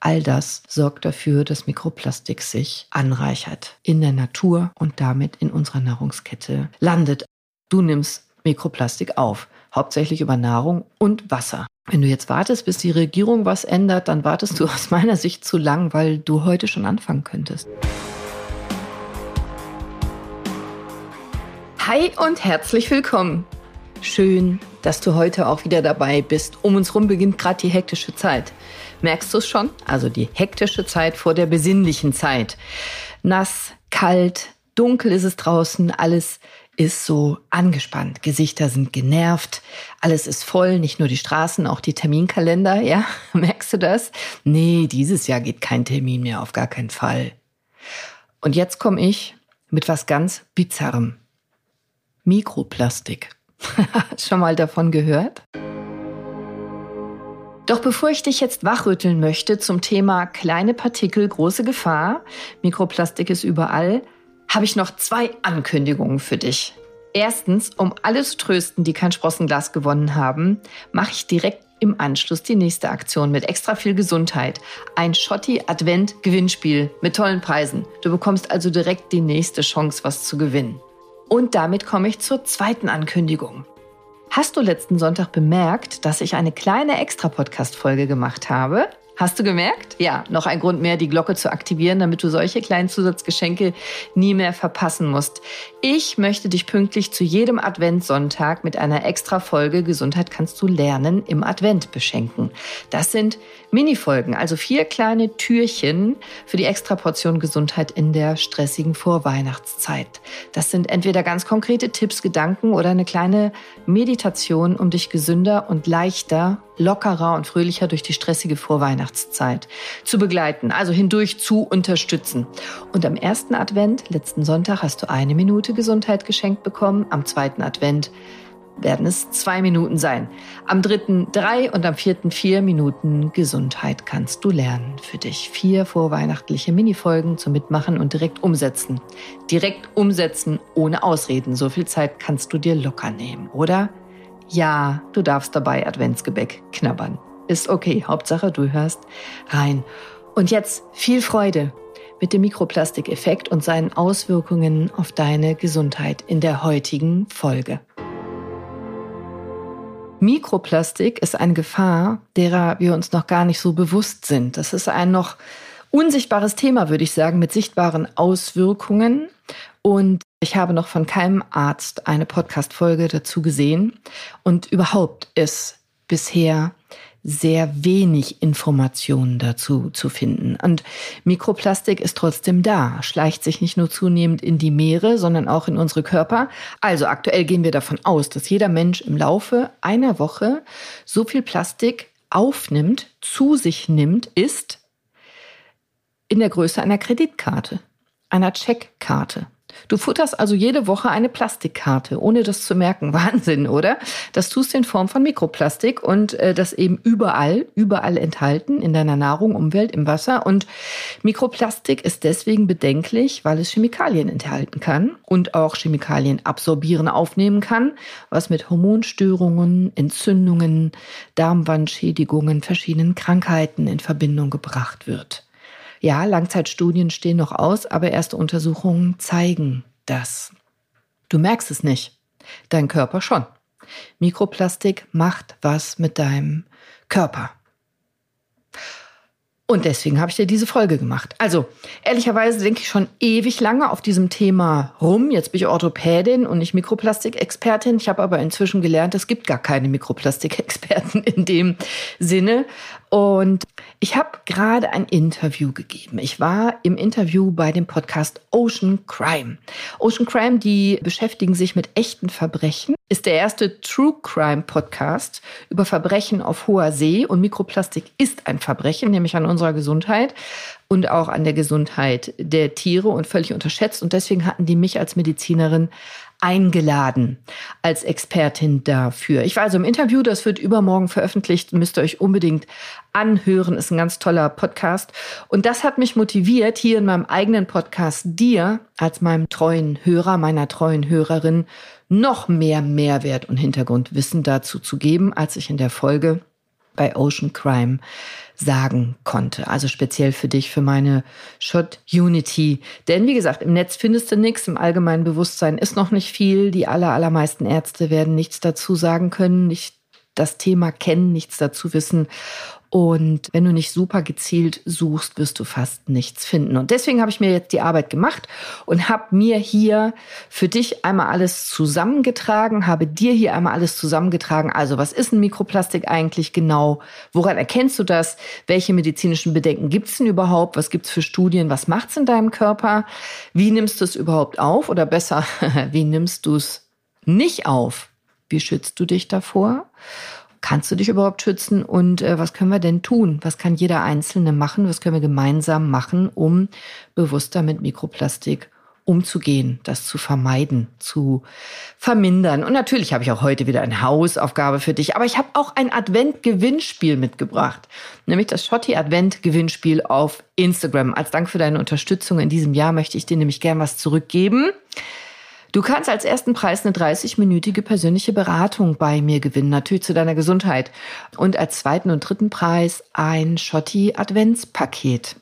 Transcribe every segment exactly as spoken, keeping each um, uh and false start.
All das sorgt dafür, dass Mikroplastik sich anreichert in der Natur und damit in unserer Nahrungskette landet. Du nimmst Mikroplastik auf, hauptsächlich über Nahrung und Wasser. Wenn du jetzt wartest, bis die Regierung was ändert, dann wartest du aus meiner Sicht zu lang, weil du heute schon anfangen könntest. Hi und herzlich willkommen. Schön, dass du heute auch wieder dabei bist. Um uns rum beginnt gerade die hektische Zeit. Merkst du es schon? Also die hektische Zeit vor der besinnlichen Zeit. Nass, kalt, dunkel ist es draußen, alles ist so angespannt. Gesichter sind genervt, alles ist voll, nicht nur die Straßen, auch die Terminkalender, ja? Merkst du das? Nee, dieses Jahr geht kein Termin mehr, auf gar keinen Fall. Und jetzt komme ich mit was ganz Bizarrem. Mikroplastik. Schon mal davon gehört? Doch bevor ich dich jetzt wachrütteln möchte zum Thema kleine Partikel, große Gefahr, Mikroplastik ist überall, habe ich noch zwei Ankündigungen für dich. Erstens, um alle zu trösten, die kein Sprossenglas gewonnen haben, mache ich direkt im Anschluss die nächste Aktion mit extra viel Gesundheit. Ein Schotti-Advent-Gewinnspiel mit tollen Preisen. Du bekommst also direkt die nächste Chance, was zu gewinnen. Und damit komme ich zur zweiten Ankündigung. Hast du letzten Sonntag bemerkt, dass ich eine kleine Extra-Podcast-Folge gemacht habe? Hast du gemerkt? Ja, noch ein Grund mehr, die Glocke zu aktivieren, damit du solche kleinen Zusatzgeschenke nie mehr verpassen musst. Ich möchte dich pünktlich zu jedem Adventssonntag mit einer Extra-Folge Gesundheit kannst du lernen im Advent beschenken. Das sind Minifolgen, also vier kleine Türchen für die Extraportion Gesundheit in der stressigen Vorweihnachtszeit. Das sind entweder ganz konkrete Tipps, Gedanken oder eine kleine Meditation, um dich gesünder und leichter, lockerer und fröhlicher durch die stressige Vorweihnachtszeit zu begleiten, also hindurch zu unterstützen. Und am ersten Advent, letzten Sonntag, hast du eine Minute Gesundheit geschenkt bekommen. Am zweiten Advent werden es zwei Minuten sein. Am dritten drei und am vierten vier Minuten Gesundheit kannst du lernen für dich. Vier vorweihnachtliche Minifolgen zum Mitmachen und direkt umsetzen. Direkt umsetzen ohne Ausreden. So viel Zeit kannst du dir locker nehmen, oder? Ja, du darfst dabei Adventsgebäck knabbern. Ist okay, Hauptsache du hörst rein. Und jetzt viel Freude mit dem Mikroplastikeffekt und seinen Auswirkungen auf deine Gesundheit in der heutigen Folge. Mikroplastik ist eine Gefahr, derer wir uns noch gar nicht so bewusst sind. Das ist ein noch unsichtbares Thema, würde ich sagen, mit sichtbaren Auswirkungen. Und ich habe noch von keinem Arzt eine Podcast-Folge dazu gesehen. Und überhaupt ist bisher sehr wenig Informationen dazu zu finden. Und Mikroplastik ist trotzdem da, schleicht sich nicht nur zunehmend in die Meere, sondern auch in unsere Körper. Also aktuell gehen wir davon aus, dass jeder Mensch im Laufe einer Woche so viel Plastik aufnimmt, zu sich nimmt, isst, in der Größe einer Kreditkarte, einer Checkkarte. Du futterst also jede Woche eine Plastikkarte, ohne das zu merken. Wahnsinn, oder? Das tust du in Form von Mikroplastik und äh, das eben überall, überall enthalten, in deiner Nahrung, Umwelt, im Wasser. Und Mikroplastik ist deswegen bedenklich, weil es Chemikalien enthalten kann und auch Chemikalien absorbieren, aufnehmen kann, was mit Hormonstörungen, Entzündungen, Darmwandschädigungen, verschiedenen Krankheiten in Verbindung gebracht wird. Ja, Langzeitstudien stehen noch aus, aber erste Untersuchungen zeigen das. Du merkst es nicht, dein Körper schon. Mikroplastik macht was mit deinem Körper. Und deswegen habe ich dir diese Folge gemacht. Also, ehrlicherweise denke ich schon ewig lange auf diesem Thema rum. Jetzt bin ich Orthopädin und nicht Mikroplastikexpertin. Ich habe aber inzwischen gelernt, es gibt gar keine Mikroplastikexperten in dem Sinne. Und ich habe gerade ein Interview gegeben. Ich war im Interview bei dem Podcast Ocean Crime. Ocean Crime, die beschäftigen sich mit echten Verbrechen, ist der erste True Crime Podcast über Verbrechen auf hoher See. Und Mikroplastik ist ein Verbrechen, nämlich an unserer Gesundheit und auch an der Gesundheit der Tiere und völlig unterschätzt. Und deswegen hatten die mich als Medizinerin eingeladen als Expertin dafür. Ich war also im Interview, das wird übermorgen veröffentlicht, müsst ihr euch unbedingt anhören, ist ein ganz toller Podcast. Und das hat mich motiviert, hier in meinem eigenen Podcast dir als meinem treuen Hörer, meiner treuen Hörerin noch mehr Mehrwert und Hintergrundwissen dazu zu geben, als ich in der Folge bei Ocean Crime sagen konnte. Also speziell für dich, für meine Shot Unity. Denn wie gesagt, im Netz findest du nichts, im allgemeinen Bewusstsein ist noch nicht viel. Die aller, allermeisten Ärzte werden nichts dazu sagen können, nicht das Thema kennen, nichts dazu wissen. Und wenn du nicht super gezielt suchst, wirst du fast nichts finden. Und deswegen habe ich mir jetzt die Arbeit gemacht und habe mir hier für dich einmal alles zusammengetragen, habe dir hier einmal alles zusammengetragen. Also was ist ein Mikroplastik eigentlich genau? Woran erkennst du das? Welche medizinischen Bedenken gibt es denn überhaupt? Was gibt es für Studien? Was macht es in deinem Körper? Wie nimmst du es überhaupt auf? Oder besser, wie nimmst du es nicht auf? Wie schützt du dich davor? Kannst du dich überhaupt schützen? Und äh, was können wir denn tun? Was kann jeder Einzelne machen? Was können wir gemeinsam machen, um bewusster mit Mikroplastik umzugehen, das zu vermeiden, zu vermindern? Und natürlich habe ich auch heute wieder eine Hausaufgabe für dich. Aber ich habe auch ein Advent-Gewinnspiel mitgebracht, nämlich das Schotti-Advent-Gewinnspiel auf Instagram. Als Dank für deine Unterstützung in diesem Jahr möchte ich dir nämlich gern was zurückgeben. Du kannst als ersten Preis eine dreißig-minütige persönliche Beratung bei mir gewinnen, natürlich zu deiner Gesundheit. Und als zweiten und dritten Preis ein Schotti-Adventspaket.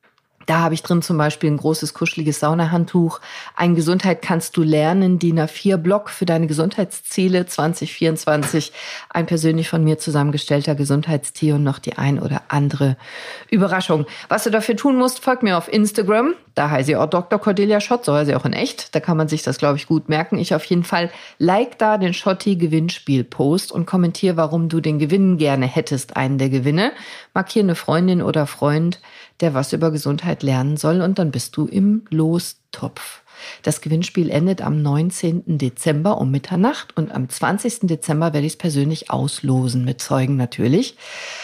Da habe ich drin zum Beispiel ein großes, kuscheliges Saunahandtuch, ein Gesundheit kannst du lernen, D I N A vier Block für deine Gesundheitsziele zwanzig vierundzwanzig, ein persönlich von mir zusammengestellter Gesundheitstee und noch die ein oder andere Überraschung. Was du dafür tun musst, folg mir auf Instagram, da heiße ich auch Doktor Cordelia Schott, so heiße ich auch in echt, da kann man sich das, glaube ich, gut merken. Ich auf jeden Fall like da den Schotti-Gewinnspiel-Post und kommentiere, warum du den Gewinn gerne hättest, einen der Gewinne. Markiere eine Freundin oder Freund, der was über Gesundheit lernen soll, und dann bist du im Lostopf. Das Gewinnspiel endet am neunzehnten Dezember um Mitternacht und am zwanzigsten Dezember werde ich es persönlich auslosen, mit Zeugen natürlich.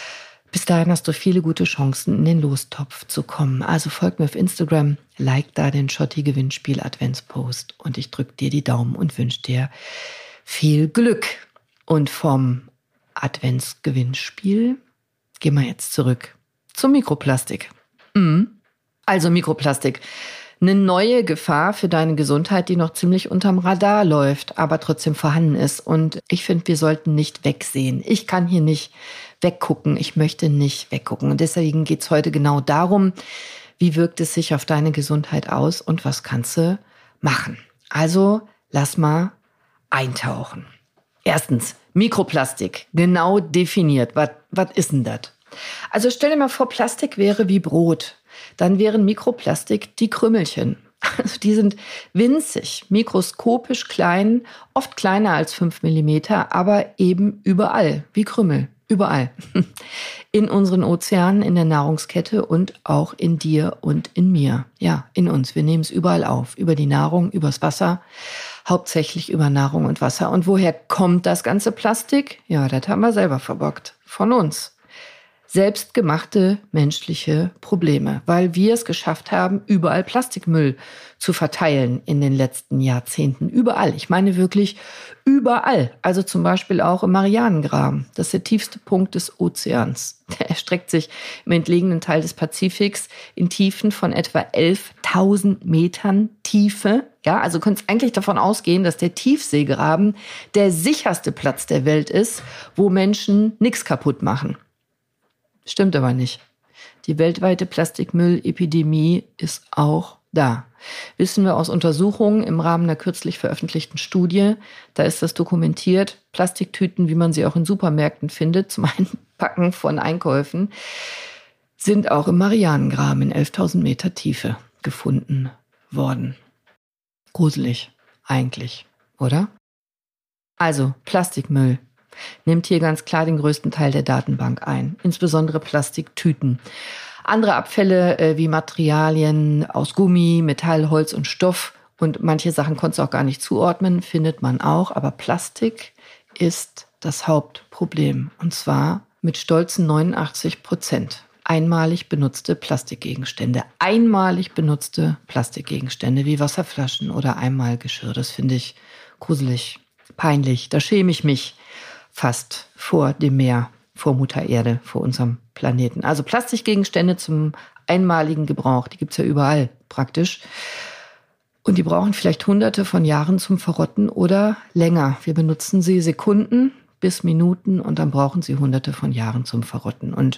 Bis dahin hast du viele gute Chancen, in den Lostopf zu kommen. Also folg mir auf Instagram, like da den Schotti-Gewinnspiel-Adventspost und ich drücke dir die Daumen und wünsche dir viel Glück. Und vom Adventsgewinnspiel gehen wir jetzt zurück zum Mikroplastik. Also Mikroplastik, eine neue Gefahr für deine Gesundheit, die noch ziemlich unterm Radar läuft, aber trotzdem vorhanden ist. Und ich finde, wir sollten nicht wegsehen. Ich kann hier nicht weggucken. Ich möchte nicht weggucken. Und deswegen geht es heute genau darum, wie wirkt es sich auf deine Gesundheit aus und was kannst du machen. Also lass mal eintauchen. Erstens, Mikroplastik, genau definiert. Was, was ist denn das? Also stell dir mal vor, Plastik wäre wie Brot. Dann wären Mikroplastik die Krümelchen. Also die sind winzig, mikroskopisch klein, oft kleiner als fünf Millimeter, aber eben überall, wie Krümel, überall. In unseren Ozeanen, in der Nahrungskette und auch in dir und in mir. Ja, in uns. Wir nehmen es überall auf. Über die Nahrung, übers Wasser, hauptsächlich über Nahrung und Wasser. Und woher kommt das ganze Plastik? Ja, das haben wir selber verbockt. Von uns. Selbstgemachte menschliche Probleme, weil wir es geschafft haben, überall Plastikmüll zu verteilen in den letzten Jahrzehnten. Überall. Ich meine wirklich überall. Also zum Beispiel auch im Marianengraben. Das ist der tiefste Punkt des Ozeans. Der erstreckt sich im entlegenen Teil des Pazifiks in Tiefen von etwa elftausend Metern Tiefe. Ja, also du kannst eigentlich davon ausgehen, dass der Tiefseegraben der sicherste Platz der Welt ist, wo Menschen nichts kaputt machen. Stimmt aber nicht. Die weltweite Plastikmüllepidemie ist auch da. Wissen wir aus Untersuchungen im Rahmen einer kürzlich veröffentlichten Studie. Da ist das dokumentiert. Plastiktüten, wie man sie auch in Supermärkten findet, zum Einpacken von Einkäufen, sind auch im Marianengraben in elftausend Meter Tiefe gefunden worden. Gruselig, eigentlich, oder? Also, Plastikmüll nimmt hier ganz klar den größten Teil der Datenbank ein, insbesondere Plastiktüten. Andere Abfälle äh, wie Materialien aus Gummi, Metall, Holz und Stoff und manche Sachen konntest du auch gar nicht zuordnen, findet man auch. Aber Plastik ist das Hauptproblem und zwar mit stolzen neunundachtzig Prozent. Einmalig benutzte Plastikgegenstände. Einmalig benutzte Plastikgegenstände wie Wasserflaschen oder Einmalgeschirr. Das finde ich gruselig, peinlich. Da schäme ich mich fast vor dem Meer, vor Mutter Erde, vor unserem Planeten. Also Plastikgegenstände zum einmaligen Gebrauch, die gibt's ja überall praktisch. Und die brauchen vielleicht hunderte von Jahren zum Verrotten oder länger. Wir benutzen sie Sekunden, bis Minuten und dann brauchen sie hunderte von Jahren zum Verrotten. Und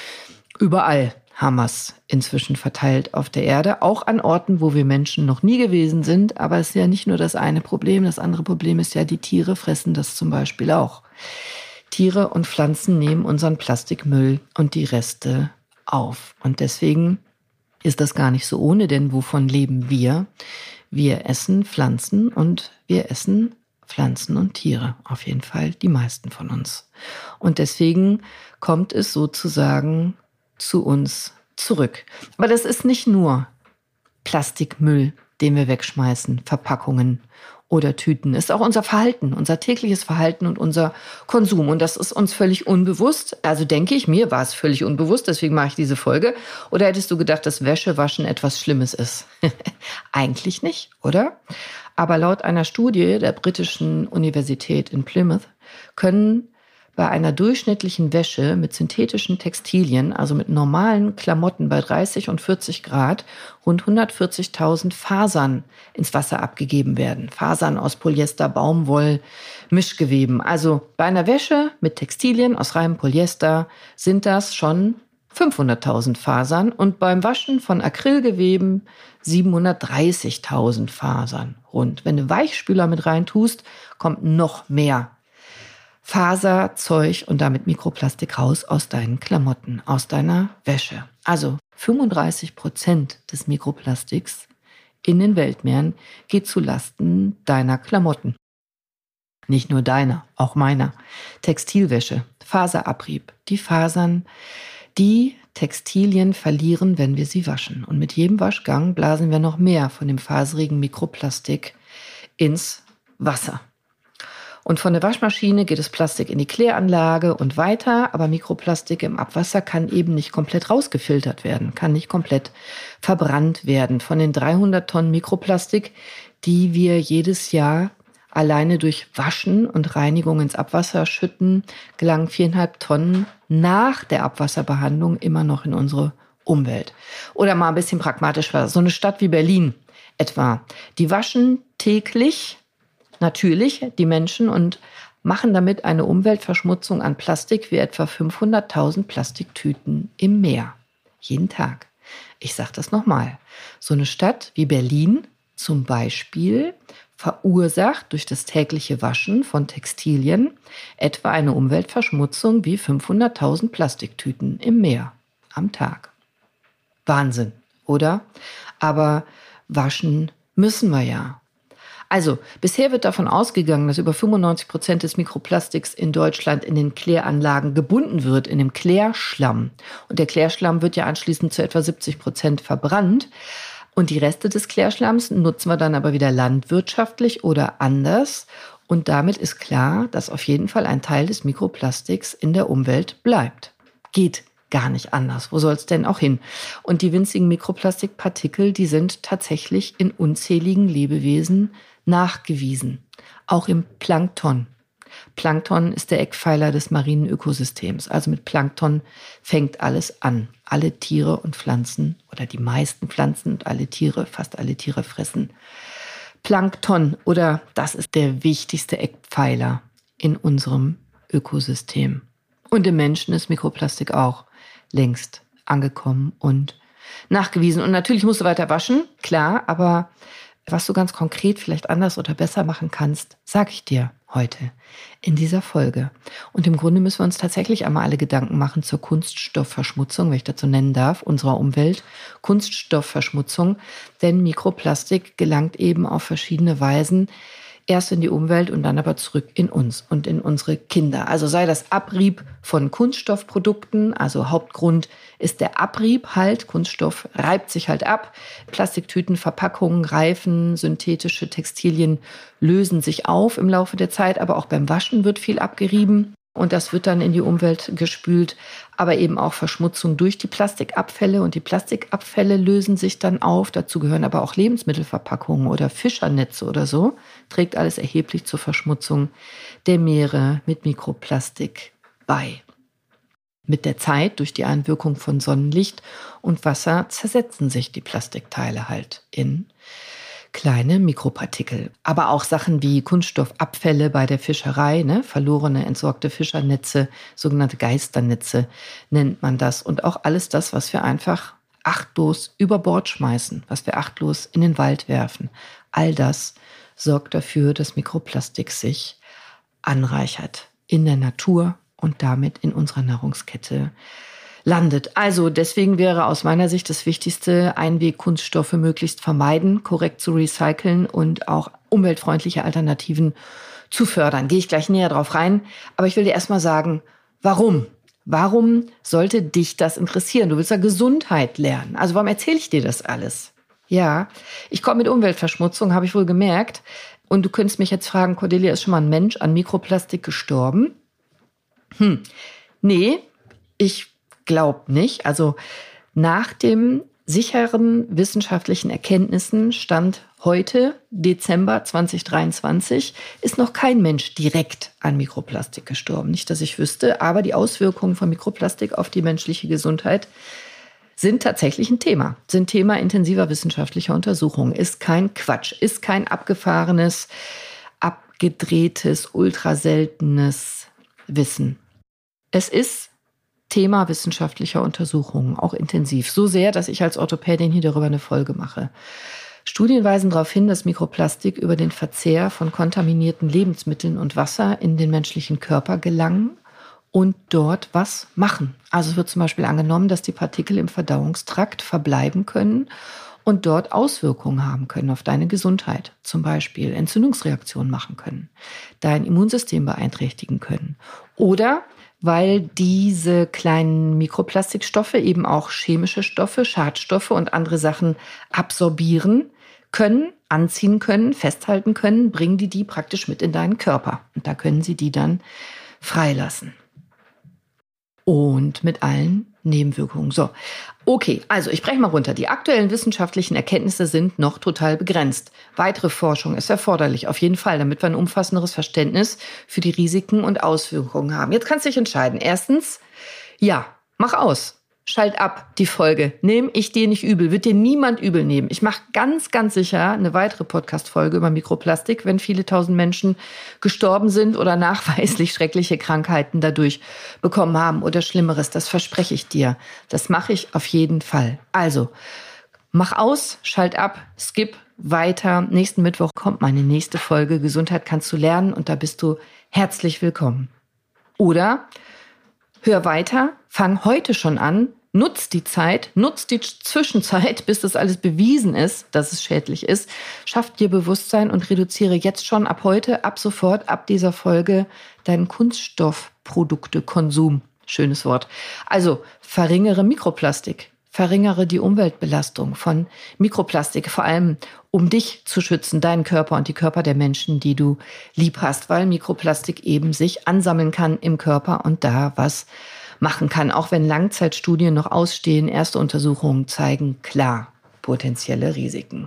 überall haben wir es inzwischen verteilt auf der Erde, auch an Orten, wo wir Menschen noch nie gewesen sind. Aber es ist ja nicht nur das eine Problem. Das andere Problem ist ja, die Tiere fressen das zum Beispiel auch. Tiere und Pflanzen nehmen unseren Plastikmüll und die Reste auf. Und deswegen ist das gar nicht so ohne, denn wovon leben wir? Wir essen Pflanzen und wir essen Pflanzen und Tiere. Auf jeden Fall die meisten von uns. Und deswegen kommt es sozusagen zu uns zurück. Aber das ist nicht nur Plastikmüll, den wir wegschmeißen, Verpackungen oder Tüten. Es ist auch unser Verhalten, unser tägliches Verhalten und unser Konsum. Und das ist uns völlig unbewusst. Also denke ich, mir war es völlig unbewusst, deswegen mache ich diese Folge. Oder hättest du gedacht, dass Wäschewaschen etwas Schlimmes ist? Eigentlich nicht, oder? Aber laut einer Studie der britischen Universität in Plymouth können bei einer durchschnittlichen Wäsche mit synthetischen Textilien, also mit normalen Klamotten bei dreißig und vierzig Grad, rund hundertvierzigtausend Fasern ins Wasser abgegeben werden. Fasern aus Polyester, Baumwoll, Mischgeweben. Also bei einer Wäsche mit Textilien aus reinem Polyester sind das schon fünfhunderttausend Fasern und beim Waschen von Acrylgeweben siebenhundertdreißigtausend Fasern rund. Wenn du Weichspüler mit rein tust, kommt noch mehr Faser, Zeug und damit Mikroplastik raus aus deinen Klamotten, aus deiner Wäsche. Also fünfunddreißig Prozent des Mikroplastiks in den Weltmeeren geht zu Lasten deiner Klamotten. Nicht nur deiner, auch meiner. Textilwäsche, Faserabrieb, die Fasern, die Textilien verlieren, wenn wir sie waschen. Und mit jedem Waschgang blasen wir noch mehr von dem faserigen Mikroplastik ins Wasser. Und von der Waschmaschine geht das Plastik in die Kläranlage und weiter, aber Mikroplastik im Abwasser kann eben nicht komplett rausgefiltert werden, kann nicht komplett verbrannt werden. Von den dreihundert Tonnen Mikroplastik, die wir jedes Jahr alleine durch Waschen und Reinigung ins Abwasser schütten, gelangen viereinhalb Tonnen nach der Abwasserbehandlung immer noch in unsere Umwelt. Oder mal ein bisschen pragmatisch, so eine Stadt wie Berlin etwa, die waschen täglich natürlich die Menschen und machen damit eine Umweltverschmutzung an Plastik wie etwa fünfhunderttausend Plastiktüten im Meer. Jeden Tag. Ich sage das nochmal. So eine Stadt wie Berlin zum Beispiel verursacht durch das tägliche Waschen von Textilien etwa eine Umweltverschmutzung wie fünfhunderttausend Plastiktüten im Meer am Tag. Wahnsinn, oder? Aber waschen müssen wir ja. Also, bisher wird davon ausgegangen, dass über fünfundneunzig Prozent des Mikroplastiks in Deutschland in den Kläranlagen gebunden wird, in dem Klärschlamm. Und der Klärschlamm wird ja anschließend zu etwa siebzig Prozent verbrannt. Und die Reste des Klärschlamms nutzen wir dann aber wieder landwirtschaftlich oder anders. Und damit ist klar, dass auf jeden Fall ein Teil des Mikroplastiks in der Umwelt bleibt. Geht gar nicht anders. Wo soll es denn auch hin? Und die winzigen Mikroplastikpartikel, die sind tatsächlich in unzähligen Lebewesen nachgewiesen. Auch im Plankton. Plankton ist der Eckpfeiler des marinen Ökosystems. Also mit Plankton fängt alles an. Alle Tiere und Pflanzen oder die meisten Pflanzen und alle Tiere, fast alle Tiere fressen Plankton oder das ist der wichtigste Eckpfeiler in unserem Ökosystem. Und im Menschen ist Mikroplastik auch längst angekommen und nachgewiesen. Und natürlich musst du weiter waschen, klar, aber was du ganz konkret vielleicht anders oder besser machen kannst, sage ich dir heute in dieser Folge. Und im Grunde müssen wir uns tatsächlich einmal alle Gedanken machen zur Kunststoffverschmutzung, wenn ich das so nennen darf, unserer Umwelt. Kunststoffverschmutzung, denn Mikroplastik gelangt eben auf verschiedene Weisen erst in die Umwelt und dann aber zurück in uns und in unsere Kinder. Also sei das Abrieb von Kunststoffprodukten, also Hauptgrund ist der Abrieb halt, Kunststoff reibt sich halt ab, Plastiktüten, Verpackungen, Reifen, synthetische Textilien lösen sich auf im Laufe der Zeit, aber auch beim Waschen wird viel abgerieben. Und das wird dann in die Umwelt gespült, aber eben auch Verschmutzung durch die Plastikabfälle. Und die Plastikabfälle lösen sich dann auf. Dazu gehören aber auch Lebensmittelverpackungen oder Fischernetze oder so. Trägt alles erheblich zur Verschmutzung der Meere mit Mikroplastik bei. Mit der Zeit, durch die Einwirkung von Sonnenlicht und Wasser, zersetzen sich die Plastikteile halt in kleine Mikropartikel. Aber auch Sachen wie Kunststoffabfälle bei der Fischerei, ne? Verlorene, entsorgte Fischernetze, sogenannte Geisternetze nennt man das. Und auch alles das, was wir einfach achtlos über Bord schmeißen, was wir achtlos in den Wald werfen. All das sorgt dafür, dass Mikroplastik sich anreichert in der Natur und damit in unserer Nahrungskette landet. Also deswegen wäre aus meiner Sicht das Wichtigste, Einwegkunststoffe möglichst vermeiden, korrekt zu recyceln und auch umweltfreundliche Alternativen zu fördern. Gehe ich gleich näher drauf rein. Aber ich will dir erstmal sagen, warum? Warum sollte dich das interessieren? Du willst ja Gesundheit lernen. Also warum erzähle ich dir das alles? Ja, ich komme mit Umweltverschmutzung, habe ich wohl gemerkt. Und du könntest mich jetzt fragen, Cordelia, ist schon mal ein Mensch an Mikroplastik gestorben? Hm, nee, ich glaube nicht. Also nach den sicheren wissenschaftlichen Erkenntnissen Stand heute, Dezember zwanzig dreiundzwanzig, ist noch kein Mensch direkt an Mikroplastik gestorben. Nicht, dass ich wüsste, aber die Auswirkungen von Mikroplastik auf die menschliche Gesundheit sind tatsächlich ein Thema, sind Thema intensiver wissenschaftlicher Untersuchungen. Ist kein Quatsch, ist kein abgefahrenes, abgedrehtes, ultraseltenes Wissen. Es ist Thema wissenschaftlicher Untersuchungen, auch intensiv. So sehr, dass ich als Orthopädin hier darüber eine Folge mache. Studien weisen darauf hin, dass Mikroplastik über den Verzehr von kontaminierten Lebensmitteln und Wasser in den menschlichen Körper gelangen und dort was machen. Also es wird zum Beispiel angenommen, dass die Partikel im Verdauungstrakt verbleiben können und dort Auswirkungen haben können auf deine Gesundheit. Zum Beispiel Entzündungsreaktionen machen können, dein Immunsystem beeinträchtigen können. Oder weil diese kleinen Mikroplastikstoffe eben auch chemische Stoffe, Schadstoffe und andere Sachen absorbieren können, anziehen können, festhalten können, bringen die die praktisch mit in deinen Körper. Und da können sie die dann freilassen. Und mit allen Nebenwirkungen. So, okay, also ich breche mal runter. Die aktuellen wissenschaftlichen Erkenntnisse sind noch total begrenzt. Weitere Forschung ist erforderlich, auf jeden Fall, damit wir ein umfassenderes Verständnis für die Risiken und Auswirkungen haben. Jetzt kannst du dich entscheiden. Erstens, ja, mach aus. Schalt ab die Folge. Nehme ich dir nicht übel. Wird dir niemand übel nehmen. Ich mache ganz, ganz sicher eine weitere Podcast-Folge über Mikroplastik, wenn viele tausend Menschen gestorben sind oder nachweislich schreckliche Krankheiten dadurch bekommen haben oder Schlimmeres. Das verspreche ich dir. Das mache ich auf jeden Fall. Also, mach aus, schalt ab, skip weiter. Nächsten Mittwoch kommt meine nächste Folge. Gesundheit kannst du lernen und da bist du herzlich willkommen. Oder hör weiter, fang heute schon an, nutz die Zeit, nutz die Zwischenzeit, bis das alles bewiesen ist, dass es schädlich ist. Schaff dir Bewusstsein und reduziere jetzt schon ab heute, ab sofort, ab dieser Folge deinen Kunststoffproduktekonsum. Schönes Wort. Also verringere Mikroplastik. Verringere die Umweltbelastung von Mikroplastik, vor allem um dich zu schützen, deinen Körper und die Körper der Menschen, die du lieb hast, weil Mikroplastik eben sich ansammeln kann im Körper und da was machen kann. Auch wenn Langzeitstudien noch ausstehen, erste Untersuchungen zeigen klar potenzielle Risiken.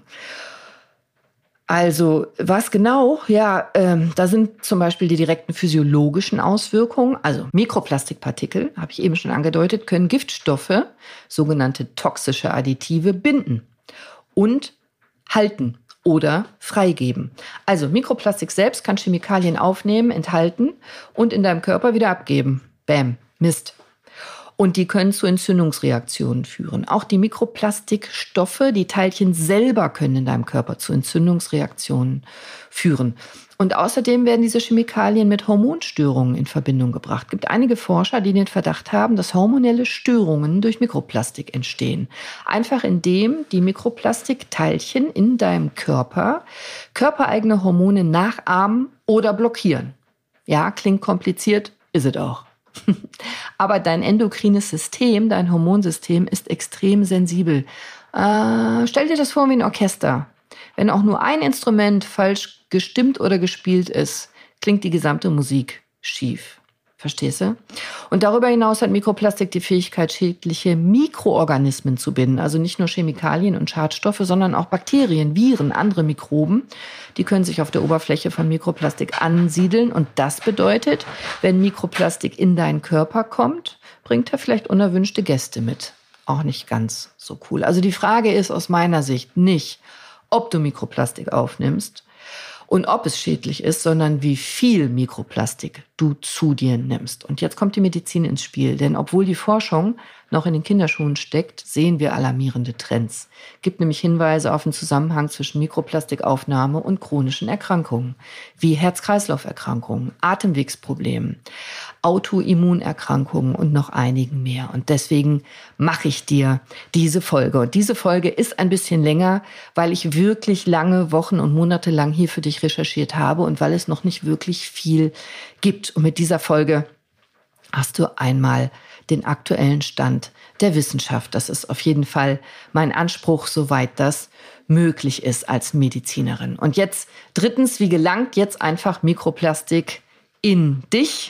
Also was genau? Ja, ähm, da sind zum Beispiel die direkten physiologischen Auswirkungen. Also Mikroplastikpartikel, habe ich eben schon angedeutet, können Giftstoffe, sogenannte toxische Additive, binden und halten oder freigeben. Also Mikroplastik selbst kann Chemikalien aufnehmen, enthalten und in deinem Körper wieder abgeben. Bäm, Mist. Und die können zu Entzündungsreaktionen führen. Auch die Mikroplastikstoffe, die Teilchen selber können in deinem Körper zu Entzündungsreaktionen führen. Und außerdem werden diese Chemikalien mit Hormonstörungen in Verbindung gebracht. Es gibt einige Forscher, die den Verdacht haben, dass hormonelle Störungen durch Mikroplastik entstehen. Einfach indem die Mikroplastikteilchen in deinem Körper körpereigene Hormone nachahmen oder blockieren. Ja, klingt kompliziert, ist es auch. Aber dein endokrines System, dein Hormonsystem ist extrem sensibel. Äh, stell dir das vor wie ein Orchester. Wenn auch nur ein Instrument falsch gestimmt oder gespielt ist, klingt die gesamte Musik schief. Verstehst du? Und darüber hinaus hat Mikroplastik die Fähigkeit, schädliche Mikroorganismen zu binden. Also nicht nur Chemikalien und Schadstoffe, sondern auch Bakterien, Viren, andere Mikroben. Die können sich auf der Oberfläche von Mikroplastik ansiedeln. Und das bedeutet, wenn Mikroplastik in deinen Körper kommt, bringt er vielleicht unerwünschte Gäste mit. Auch nicht ganz so cool. Also die Frage ist aus meiner Sicht nicht, ob du Mikroplastik aufnimmst und ob es schädlich ist, sondern wie viel Mikroplastik du zu dir nimmst. Und jetzt kommt die Medizin ins Spiel, denn obwohl die Forschung noch in den Kinderschuhen steckt, sehen wir alarmierende Trends. Es gibt nämlich Hinweise auf einen Zusammenhang zwischen Mikroplastikaufnahme und chronischen Erkrankungen, wie Herz-Kreislauf-Erkrankungen, Atemwegsproblemen, Autoimmunerkrankungen und noch einigen mehr. Und deswegen mache ich dir diese Folge. Und diese Folge ist ein bisschen länger, weil ich wirklich lange Wochen und Monate lang hier für dich recherchiert habe und weil es noch nicht wirklich viel gibt. Und mit dieser Folge hast du einmal den aktuellen Stand der Wissenschaft. Das ist auf jeden Fall mein Anspruch, soweit das möglich ist als Medizinerin. Und jetzt drittens, wie gelangt jetzt einfach Mikroplastik in dich?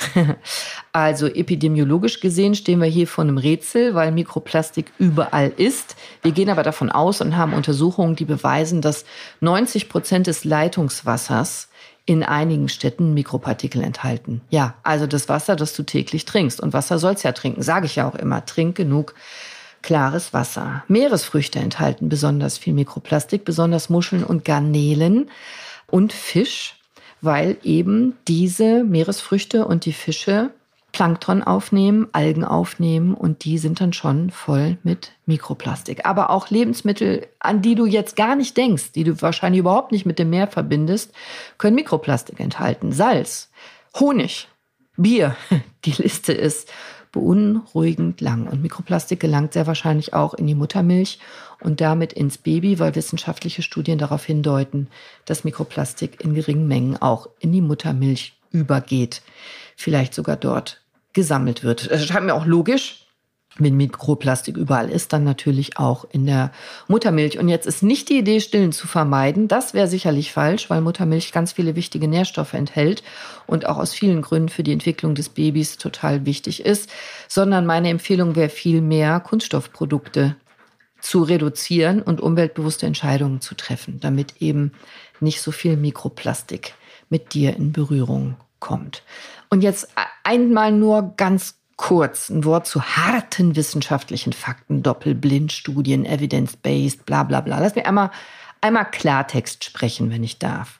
Also epidemiologisch gesehen stehen wir hier vor einem Rätsel, weil Mikroplastik überall ist. Wir gehen aber davon aus und haben Untersuchungen, die beweisen, dass neunzig Prozent des Leitungswassers in einigen Städten Mikropartikel enthalten. Ja, also das Wasser, das du täglich trinkst. Und Wasser sollst ja trinken, sage ich ja auch immer. Trink genug klares Wasser. Meeresfrüchte enthalten besonders viel Mikroplastik, besonders Muscheln und Garnelen und Fisch, weil eben diese Meeresfrüchte und die Fische Plankton aufnehmen, Algen aufnehmen und die sind dann schon voll mit Mikroplastik. Aber auch Lebensmittel, an die du jetzt gar nicht denkst, die du wahrscheinlich überhaupt nicht mit dem Meer verbindest, können Mikroplastik enthalten. Salz, Honig, Bier, die Liste ist beunruhigend lang. Und Mikroplastik gelangt sehr wahrscheinlich auch in die Muttermilch und damit ins Baby, weil wissenschaftliche Studien darauf hindeuten, dass Mikroplastik in geringen Mengen auch in die Muttermilch übergeht. Vielleicht sogar dort gesammelt wird. Das scheint mir auch logisch. Wenn Mikroplastik überall ist, dann natürlich auch in der Muttermilch. Und jetzt ist nicht die Idee, Stillen zu vermeiden. Das wäre sicherlich falsch, weil Muttermilch ganz viele wichtige Nährstoffe enthält und auch aus vielen Gründen für die Entwicklung des Babys total wichtig ist. Sondern meine Empfehlung wäre viel mehr, Kunststoffprodukte zu reduzieren und umweltbewusste Entscheidungen zu treffen, damit eben nicht so viel Mikroplastik mit dir in Berührung kommt. Und jetzt einmal nur ganz kurz ein Wort zu harten wissenschaftlichen Fakten, Doppelblindstudien, evidence-based, bla bla bla. Lass mich einmal, einmal Klartext sprechen, wenn ich darf.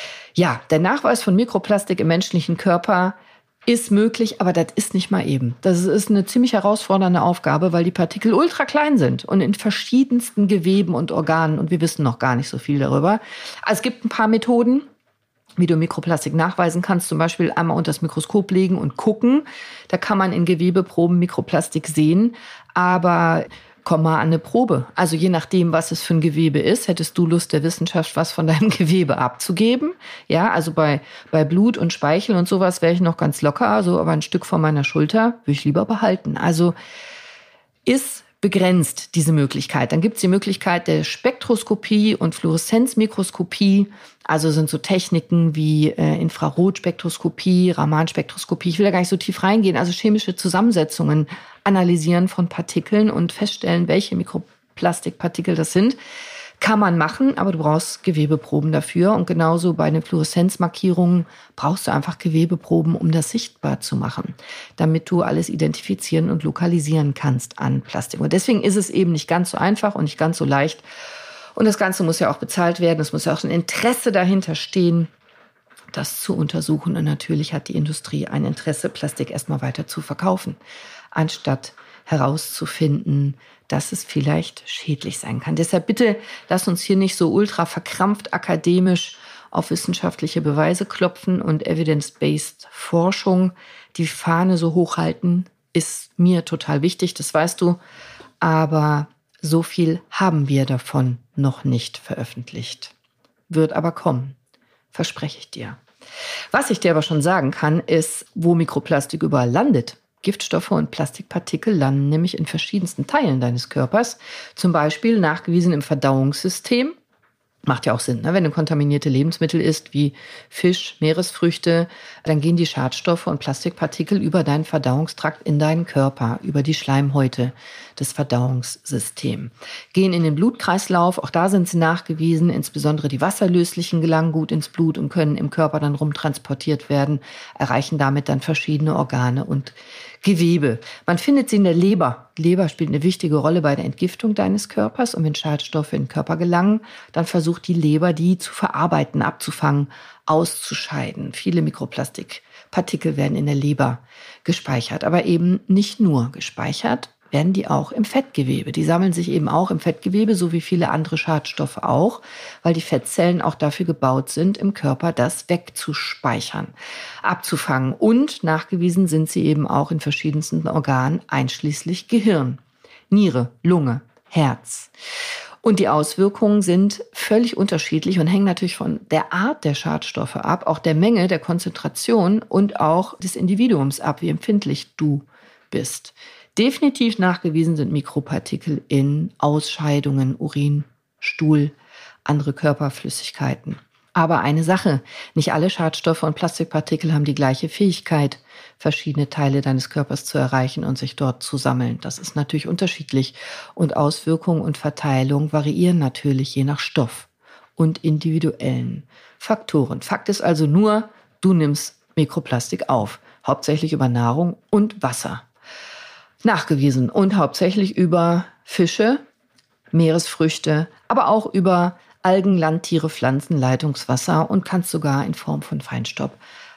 Ja, der Nachweis von Mikroplastik im menschlichen Körper ist möglich, aber das ist nicht mal eben. Das ist eine ziemlich herausfordernde Aufgabe, weil die Partikel ultra klein sind und in verschiedensten Geweben und Organen und wir wissen noch gar nicht so viel darüber. Also es gibt ein paar Methoden, wie du Mikroplastik nachweisen kannst, zum Beispiel einmal unter das Mikroskop legen und gucken. Da kann man in Gewebeproben Mikroplastik sehen, aber komm mal an eine Probe. Also je nachdem, was es für ein Gewebe ist, hättest du Lust der Wissenschaft, was von deinem Gewebe abzugeben. Ja, also bei, bei Blut und Speichel und sowas wäre ich noch ganz locker, so aber ein Stück von meiner Schulter würde ich lieber behalten. Also ist begrenzt diese Möglichkeit. Dann gibt es die Möglichkeit der Spektroskopie und Fluoreszenzmikroskopie. Also sind so Techniken wie äh, Infrarotspektroskopie, Raman-Spektroskopie. Ich will da gar nicht so tief reingehen. Also chemische Zusammensetzungen analysieren von Partikeln und feststellen, welche Mikroplastikpartikel das sind. Kann man machen, aber du brauchst Gewebeproben dafür. Und genauso bei den Fluoreszenzmarkierungen brauchst du einfach Gewebeproben, um das sichtbar zu machen, damit du alles identifizieren und lokalisieren kannst an Plastik. Und deswegen ist es eben nicht ganz so einfach und nicht ganz so leicht. Und das Ganze muss ja auch bezahlt werden. Es muss ja auch ein Interesse dahinter stehen, das zu untersuchen. Und natürlich hat die Industrie ein Interesse, Plastik erstmal weiter zu verkaufen, anstatt herauszufinden, dass es vielleicht schädlich sein kann. Deshalb bitte lass uns hier nicht so ultra verkrampft akademisch auf wissenschaftliche Beweise klopfen und evidence-based Forschung die Fahne so hochhalten, ist mir total wichtig, das weißt du. Aber so viel haben wir davon noch nicht veröffentlicht. Wird aber kommen, verspreche ich dir. Was ich dir aber schon sagen kann, ist, wo Mikroplastik überall landet. Giftstoffe und Plastikpartikel landen nämlich in verschiedensten Teilen deines Körpers, zum Beispiel nachgewiesen im Verdauungssystem. Macht ja auch Sinn, ne? Wenn du kontaminierte Lebensmittel isst, wie Fisch, Meeresfrüchte, dann gehen die Schadstoffe und Plastikpartikel über deinen Verdauungstrakt in deinen Körper, über die Schleimhäute des Verdauungssystems. Gehen in den Blutkreislauf, auch da sind sie nachgewiesen, insbesondere die wasserlöslichen gelangen gut ins Blut und können im Körper dann rumtransportiert werden, erreichen damit dann verschiedene Organe und Gewebe. Man findet sie in der Leber. Die Leber spielt eine wichtige Rolle bei der Entgiftung deines Körpers. Und wenn Schadstoffe in den Körper gelangen, dann versucht die Leber, die zu verarbeiten, abzufangen, auszuscheiden. Viele Mikroplastikpartikel werden in der Leber gespeichert, aber eben nicht nur gespeichert, werden die auch im Fettgewebe. Die sammeln sich eben auch im Fettgewebe, so wie viele andere Schadstoffe auch, weil die Fettzellen auch dafür gebaut sind, im Körper das wegzuspeichern, abzufangen. Und nachgewiesen sind sie eben auch in verschiedensten Organen, einschließlich Gehirn, Niere, Lunge, Herz. Und die Auswirkungen sind völlig unterschiedlich und hängen natürlich von der Art der Schadstoffe ab, auch der Menge, der Konzentration und auch des Individuums ab, wie empfindlich du bist. Definitiv nachgewiesen sind Mikropartikel in Ausscheidungen, Urin, Stuhl, andere Körperflüssigkeiten. Aber eine Sache, nicht alle Schadstoffe und Plastikpartikel haben die gleiche Fähigkeit, verschiedene Teile deines Körpers zu erreichen und sich dort zu sammeln. Das ist natürlich unterschiedlich und Auswirkungen und Verteilung variieren natürlich je nach Stoff und individuellen Faktoren. Fakt ist also nur, du nimmst Mikroplastik auf, hauptsächlich über Nahrung und Wasser. Nachgewiesen und hauptsächlich über Fische, Meeresfrüchte, aber auch über Algen, Landtiere, Pflanzen, Leitungswasser und kannst sogar in Form von Feinstaub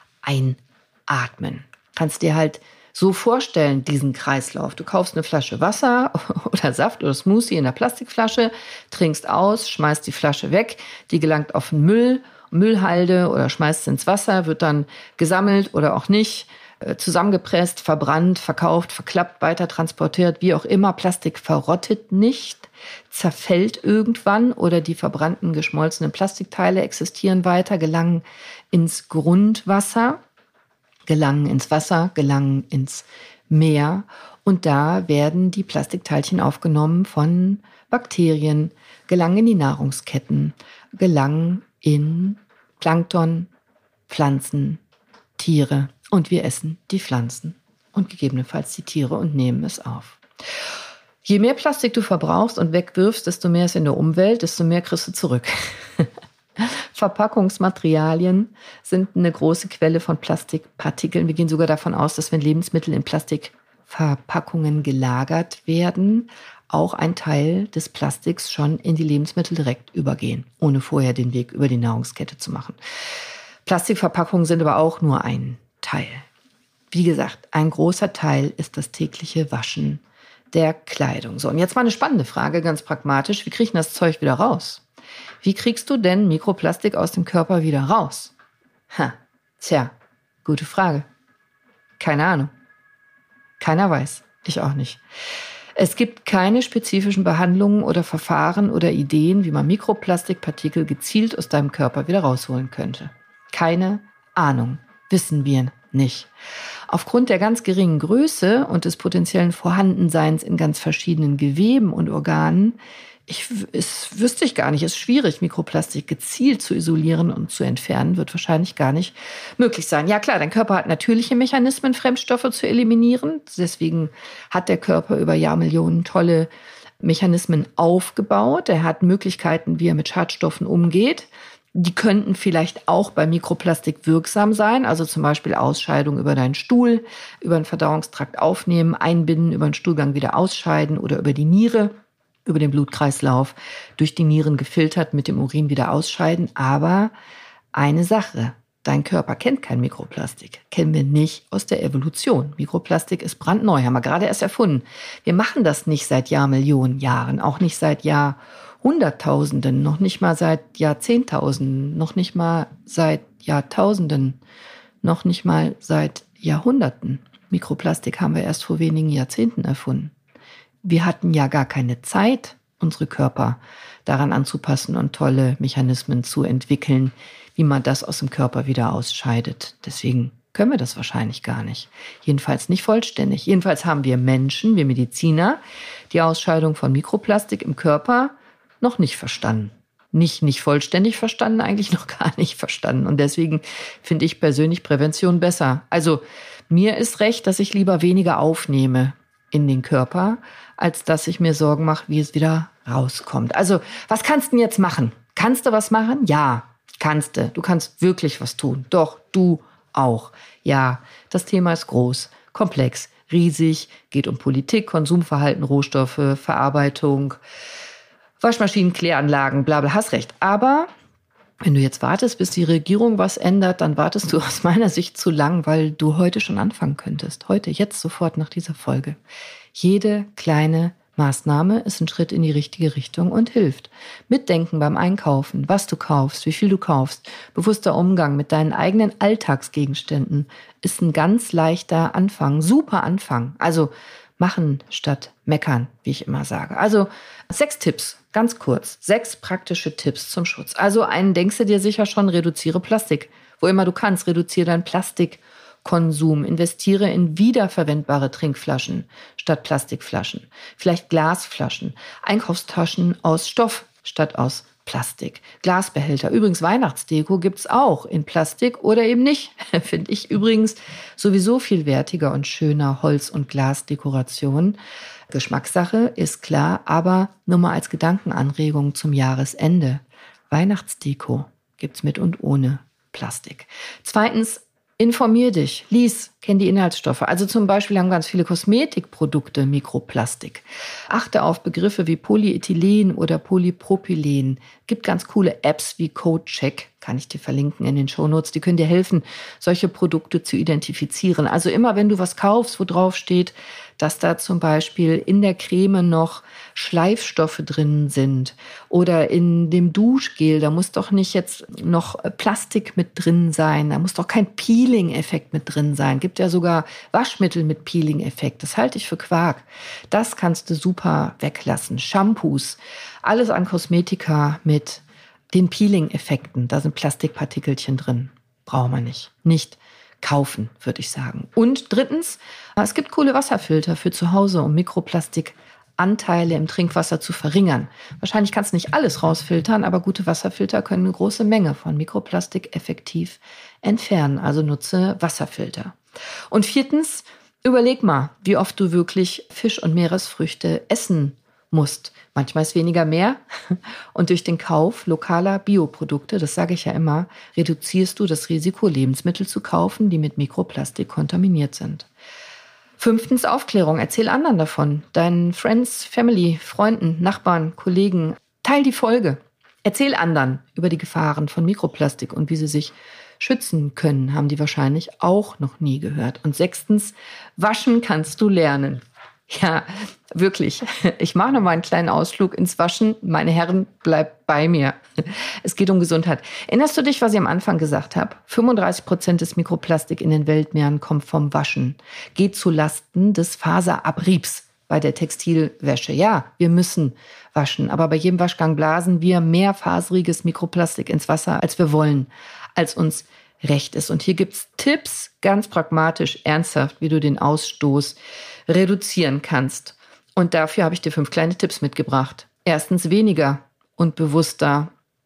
einatmen. Kannst dir halt so vorstellen, diesen Kreislauf. Du kaufst eine Flasche Wasser oder Saft oder Smoothie in der Plastikflasche, trinkst aus, schmeißt die Flasche weg, die gelangt auf den Müll, Müllhalde oder schmeißt ins Wasser, wird dann gesammelt oder auch nicht, zusammengepresst, verbrannt, verkauft, verklappt, weiter transportiert, wie auch immer. Plastik verrottet nicht, zerfällt irgendwann oder die verbrannten, geschmolzenen Plastikteile existieren weiter, gelangen ins Grundwasser, gelangen ins Wasser, gelangen ins Meer und da werden die Plastikteilchen aufgenommen von Bakterien, gelangen in die Nahrungsketten, gelangen in Plankton, Pflanzen, Tiere. Und wir essen die Pflanzen und gegebenenfalls die Tiere und nehmen es auf. Je mehr Plastik du verbrauchst und wegwirfst, desto mehr ist in der Umwelt, desto mehr kriegst du zurück. Verpackungsmaterialien sind eine große Quelle von Plastikpartikeln. Wir gehen sogar davon aus, dass wenn Lebensmittel in Plastikverpackungen gelagert werden, auch ein Teil des Plastiks schon in die Lebensmittel direkt übergehen, ohne vorher den Weg über die Nahrungskette zu machen. Plastikverpackungen sind aber auch nur ein Teil. Wie gesagt, ein großer Teil ist das tägliche Waschen der Kleidung. So, und jetzt mal eine spannende Frage, ganz pragmatisch. Wie kriege ich das Zeug wieder raus? Wie kriegst du denn Mikroplastik aus dem Körper wieder raus? Ha, tja, gute Frage. Keine Ahnung. Keiner weiß. Ich auch nicht. Es gibt keine spezifischen Behandlungen oder Verfahren oder Ideen, wie man Mikroplastikpartikel gezielt aus deinem Körper wieder rausholen könnte. Keine Ahnung. Wissen wir nicht. Aufgrund der ganz geringen Größe und des potenziellen Vorhandenseins in ganz verschiedenen Geweben und Organen, ich, es wüsste ich gar nicht, es ist schwierig, Mikroplastik gezielt zu isolieren und zu entfernen, wird wahrscheinlich gar nicht möglich sein. Ja klar, dein Körper hat natürliche Mechanismen, Fremdstoffe zu eliminieren. Deswegen hat der Körper über Jahrmillionen tolle Mechanismen aufgebaut. Er hat Möglichkeiten, wie er mit Schadstoffen umgeht. Die könnten vielleicht auch bei Mikroplastik wirksam sein, also zum Beispiel Ausscheidung über deinen Stuhl, über den Verdauungstrakt aufnehmen, einbinden, über den Stuhlgang wieder ausscheiden oder über die Niere, über den Blutkreislauf, durch die Nieren gefiltert, mit dem Urin wieder ausscheiden. Aber eine Sache, dein Körper kennt kein Mikroplastik, kennen wir nicht aus der Evolution. Mikroplastik ist brandneu, haben wir gerade erst erfunden. Wir machen das nicht seit Jahrmillionen Jahren, auch nicht seit Jahr Hunderttausenden, noch nicht mal seit Jahrzehntausenden, noch nicht mal seit Jahrtausenden, noch nicht mal seit Jahrhunderten. Mikroplastik haben wir erst vor wenigen Jahrzehnten erfunden. Wir hatten ja gar keine Zeit, unsere Körper daran anzupassen und tolle Mechanismen zu entwickeln, wie man das aus dem Körper wieder ausscheidet. Deswegen können wir das wahrscheinlich gar nicht. Jedenfalls nicht vollständig. Jedenfalls haben wir Menschen, wir Mediziner, die Ausscheidung von Mikroplastik im Körper noch nicht verstanden. Nicht nicht vollständig verstanden, eigentlich noch gar nicht verstanden. Und deswegen finde ich persönlich Prävention besser. Also mir ist recht, dass ich lieber weniger aufnehme in den Körper, als dass ich mir Sorgen mache, wie es wieder rauskommt. Also was kannst du denn jetzt machen? Kannst du was machen? Ja, kannst du. Du kannst wirklich was tun. Doch, du auch. Ja, das Thema ist groß, komplex, riesig, geht um Politik, Konsumverhalten, Rohstoffe, Verarbeitung, Waschmaschinen, Kläranlagen, bla bla, hast recht. Aber wenn du jetzt wartest, bis die Regierung was ändert, dann wartest du aus meiner Sicht zu lang, weil du heute schon anfangen könntest. Heute, jetzt sofort nach dieser Folge. Jede kleine Maßnahme ist ein Schritt in die richtige Richtung und hilft. Mitdenken beim Einkaufen, was du kaufst, wie viel du kaufst, bewusster Umgang mit deinen eigenen Alltagsgegenständen ist ein ganz leichter Anfang, super Anfang. Also machen statt meckern, wie ich immer sage. Also sechs Tipps, ganz kurz, sechs praktische Tipps zum Schutz. Also einen denkst du dir sicher schon, reduziere Plastik. Wo immer du kannst, reduziere deinen Plastikkonsum. Investiere in wiederverwendbare Trinkflaschen statt Plastikflaschen. Vielleicht Glasflaschen. Einkaufstaschen aus Stoff statt aus Plastik. Glasbehälter. Übrigens, Weihnachtsdeko gibt's auch in Plastik oder eben nicht. Finde ich übrigens sowieso viel wertiger und schöner Holz- und Glasdekoration. Geschmackssache ist klar, aber nur mal als Gedankenanregung zum Jahresende. Weihnachtsdeko gibt's mit und ohne Plastik. Zweitens, informier dich, lies, kenn die Inhaltsstoffe. Also zum Beispiel haben ganz viele Kosmetikprodukte Mikroplastik. Achte auf Begriffe wie Polyethylen oder Polypropylen. Gibt ganz coole Apps wie CodeCheck, kann ich dir verlinken in den Shownotes. Die können dir helfen, solche Produkte zu identifizieren. Also immer, wenn du was kaufst, wo drauf steht, dass da zum Beispiel in der Creme noch Schleifstoffe drin sind oder in dem Duschgel, da muss doch nicht jetzt noch Plastik mit drin sein, da muss doch kein Peeling-Effekt mit drin sein. Gibt ja sogar Waschmittel mit Peeling-Effekt. Das halte ich für Quark. Das kannst du super weglassen. Shampoos, alles an Kosmetika mit den Peeling-Effekten. Da sind Plastikpartikelchen drin. Braucht man nicht. Nicht kaufen, würde ich sagen. Und drittens, es gibt coole Wasserfilter für zu Hause, um Mikroplastikanteile im Trinkwasser zu verringern. Wahrscheinlich kannst du nicht alles rausfiltern, aber gute Wasserfilter können eine große Menge von Mikroplastik effektiv entfernen. Also nutze Wasserfilter. Und viertens, überleg mal, wie oft du wirklich Fisch und Meeresfrüchte essen musst. Manchmal ist weniger mehr. Und durch den Kauf lokaler Bioprodukte, das sage ich ja immer, reduzierst du das Risiko, Lebensmittel zu kaufen, die mit Mikroplastik kontaminiert sind. Fünftens, Aufklärung. Erzähl anderen davon. Deinen Friends, Family, Freunden, Nachbarn, Kollegen. Teil die Folge. Erzähl anderen über die Gefahren von Mikroplastik und wie sie sich schützen können, haben die wahrscheinlich auch noch nie gehört. Und sechstens, waschen kannst du lernen. Ja, wirklich. Ich mache noch mal einen kleinen Ausflug ins Waschen. Meine Herren, bleibt bei mir. Es geht um Gesundheit. Erinnerst du dich, was ich am Anfang gesagt habe? fünfunddreißig Prozent des Mikroplastik in den Weltmeeren kommt vom Waschen. Geht zu Lasten des Faserabriebs bei der Textilwäsche. Ja, wir müssen waschen. Aber bei jedem Waschgang blasen wir mehr faseriges Mikroplastik ins Wasser, als wir wollen, als uns recht ist. Und hier gibt's Tipps, ganz pragmatisch, ernsthaft, wie du den Ausstoß reduzieren kannst. Und dafür habe ich dir fünf kleine Tipps mitgebracht. Erstens, weniger und bewusster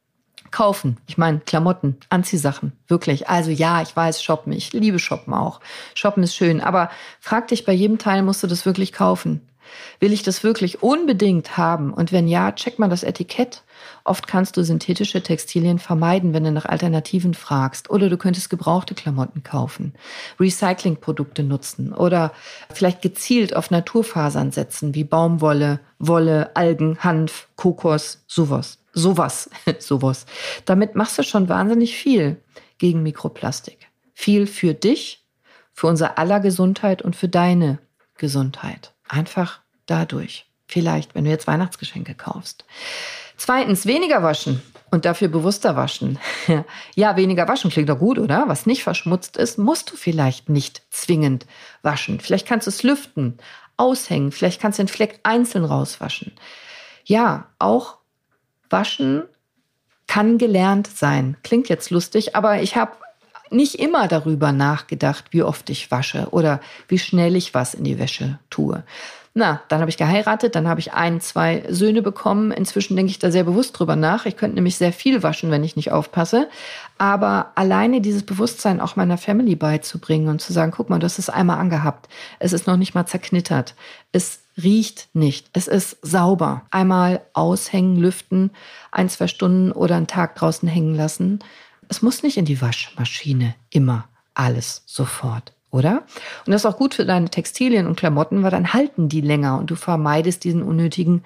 kaufen. Ich meine, Klamotten, Anziehsachen, wirklich. Also ja, ich weiß, shoppen, ich liebe shoppen auch. Shoppen ist schön, aber frag dich, bei jedem Teil musst du das wirklich kaufen. Will ich das wirklich unbedingt haben? Und wenn ja, check mal das Etikett. Oft kannst du synthetische Textilien vermeiden, wenn du nach Alternativen fragst. Oder du könntest gebrauchte Klamotten kaufen, Recyclingprodukte nutzen oder vielleicht gezielt auf Naturfasern setzen, wie Baumwolle, Wolle, Algen, Hanf, Kokos, sowas. Sowas, sowas. Damit machst du schon wahnsinnig viel gegen Mikroplastik. Viel für dich, für unser aller Gesundheit und für deine Gesundheit. Einfach dadurch. Vielleicht, wenn du jetzt Weihnachtsgeschenke kaufst. Zweitens, weniger waschen und dafür bewusster waschen. Ja, weniger waschen klingt doch gut, oder? Was nicht verschmutzt ist, musst du vielleicht nicht zwingend waschen. Vielleicht kannst du es lüften, aushängen. Vielleicht kannst du den Fleck einzeln rauswaschen. Ja, auch waschen kann gelernt sein. Klingt jetzt lustig, aber ich habe nicht immer darüber nachgedacht, wie oft ich wasche oder wie schnell ich was in die Wäsche tue. Na, dann habe ich geheiratet, dann habe ich ein, zwei Söhne bekommen. Inzwischen denke ich da sehr bewusst drüber nach. Ich könnte nämlich sehr viel waschen, wenn ich nicht aufpasse. Aber alleine dieses Bewusstsein auch meiner Family beizubringen und zu sagen, guck mal, du hast es einmal angehabt. Es ist noch nicht mal zerknittert. Es riecht nicht. Es ist sauber. Einmal aushängen, lüften, ein, zwei Stunden oder einen Tag draußen hängen lassen. Es muss nicht in die Waschmaschine immer alles sofort. oder? Und das ist auch gut für deine Textilien und Klamotten, weil dann halten die länger und du vermeidest diesen unnötigen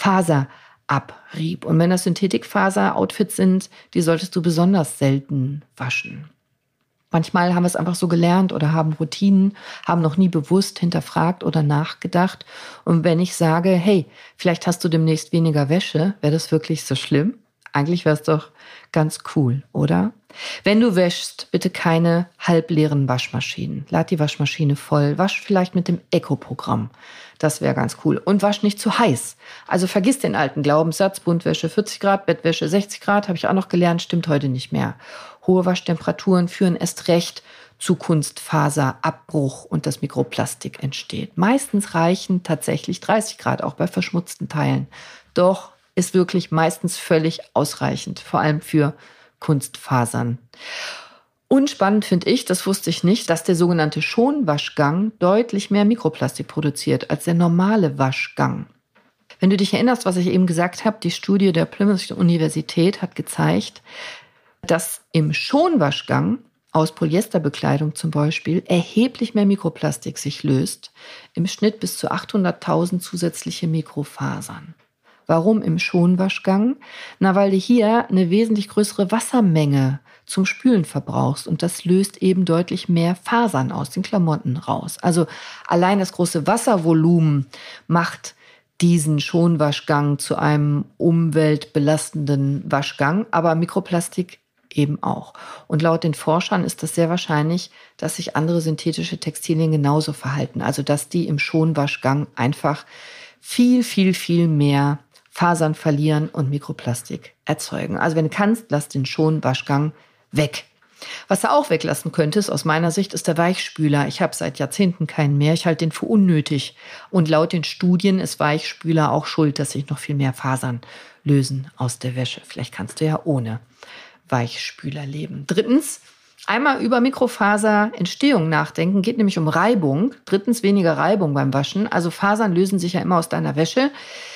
Faserabrieb. Und wenn das Synthetikfaser-Outfits sind, die solltest du besonders selten waschen. Manchmal haben wir es einfach so gelernt oder haben Routinen, haben noch nie bewusst hinterfragt oder nachgedacht. Und wenn ich sage, hey, vielleicht hast du demnächst weniger Wäsche, wäre das wirklich so schlimm? Eigentlich wäre es doch ganz cool, oder? Wenn du wäschst, bitte keine halbleeren Waschmaschinen. Lad die Waschmaschine voll. Wasch vielleicht mit dem Eco-Programm. Das wäre ganz cool. Und wasch nicht zu heiß. Also vergiss den alten Glaubenssatz, Buntwäsche vierzig Grad, Bettwäsche sechzig Grad, habe ich auch noch gelernt, stimmt heute nicht mehr. Hohe Waschtemperaturen führen erst recht zu Kunstfaserabbruch und das Mikroplastik entsteht. Meistens reichen tatsächlich dreißig Grad, auch bei verschmutzten Teilen. Doch ist wirklich meistens völlig ausreichend, vor allem für Kunstfasern. Unspannend finde ich, das wusste ich nicht, dass der sogenannte Schonwaschgang deutlich mehr Mikroplastik produziert als der normale Waschgang. Wenn du dich erinnerst, was ich eben gesagt habe, die Studie der Plymouth Universität hat gezeigt, dass im Schonwaschgang aus Polyesterbekleidung zum Beispiel erheblich mehr Mikroplastik sich löst, im Schnitt bis zu achthunderttausend zusätzliche Mikrofasern. Warum im Schonwaschgang? Na, weil du hier eine wesentlich größere Wassermenge zum Spülen verbrauchst und das löst eben deutlich mehr Fasern aus den Klamotten raus. Also allein das große Wasservolumen macht diesen Schonwaschgang zu einem umweltbelastenden Waschgang, aber Mikroplastik eben auch. Und laut den Forschern ist das sehr wahrscheinlich, dass sich andere synthetische Textilien genauso verhalten. Also dass die im Schonwaschgang einfach viel, viel, viel mehr Fasern verlieren und Mikroplastik erzeugen. Also wenn du kannst, lass den Schonwaschgang weg. Was du auch weglassen könntest, aus meiner Sicht, ist der Weichspüler. Ich habe seit Jahrzehnten keinen mehr. Ich halte den für unnötig. Und laut den Studien ist Weichspüler auch schuld, dass sich noch viel mehr Fasern lösen aus der Wäsche. Vielleicht kannst du ja ohne Weichspüler leben. Drittens, einmal über Mikrofaserentstehung nachdenken, geht nämlich um Reibung. Drittens, weniger Reibung beim Waschen. Also Fasern lösen sich ja immer aus deiner Wäsche,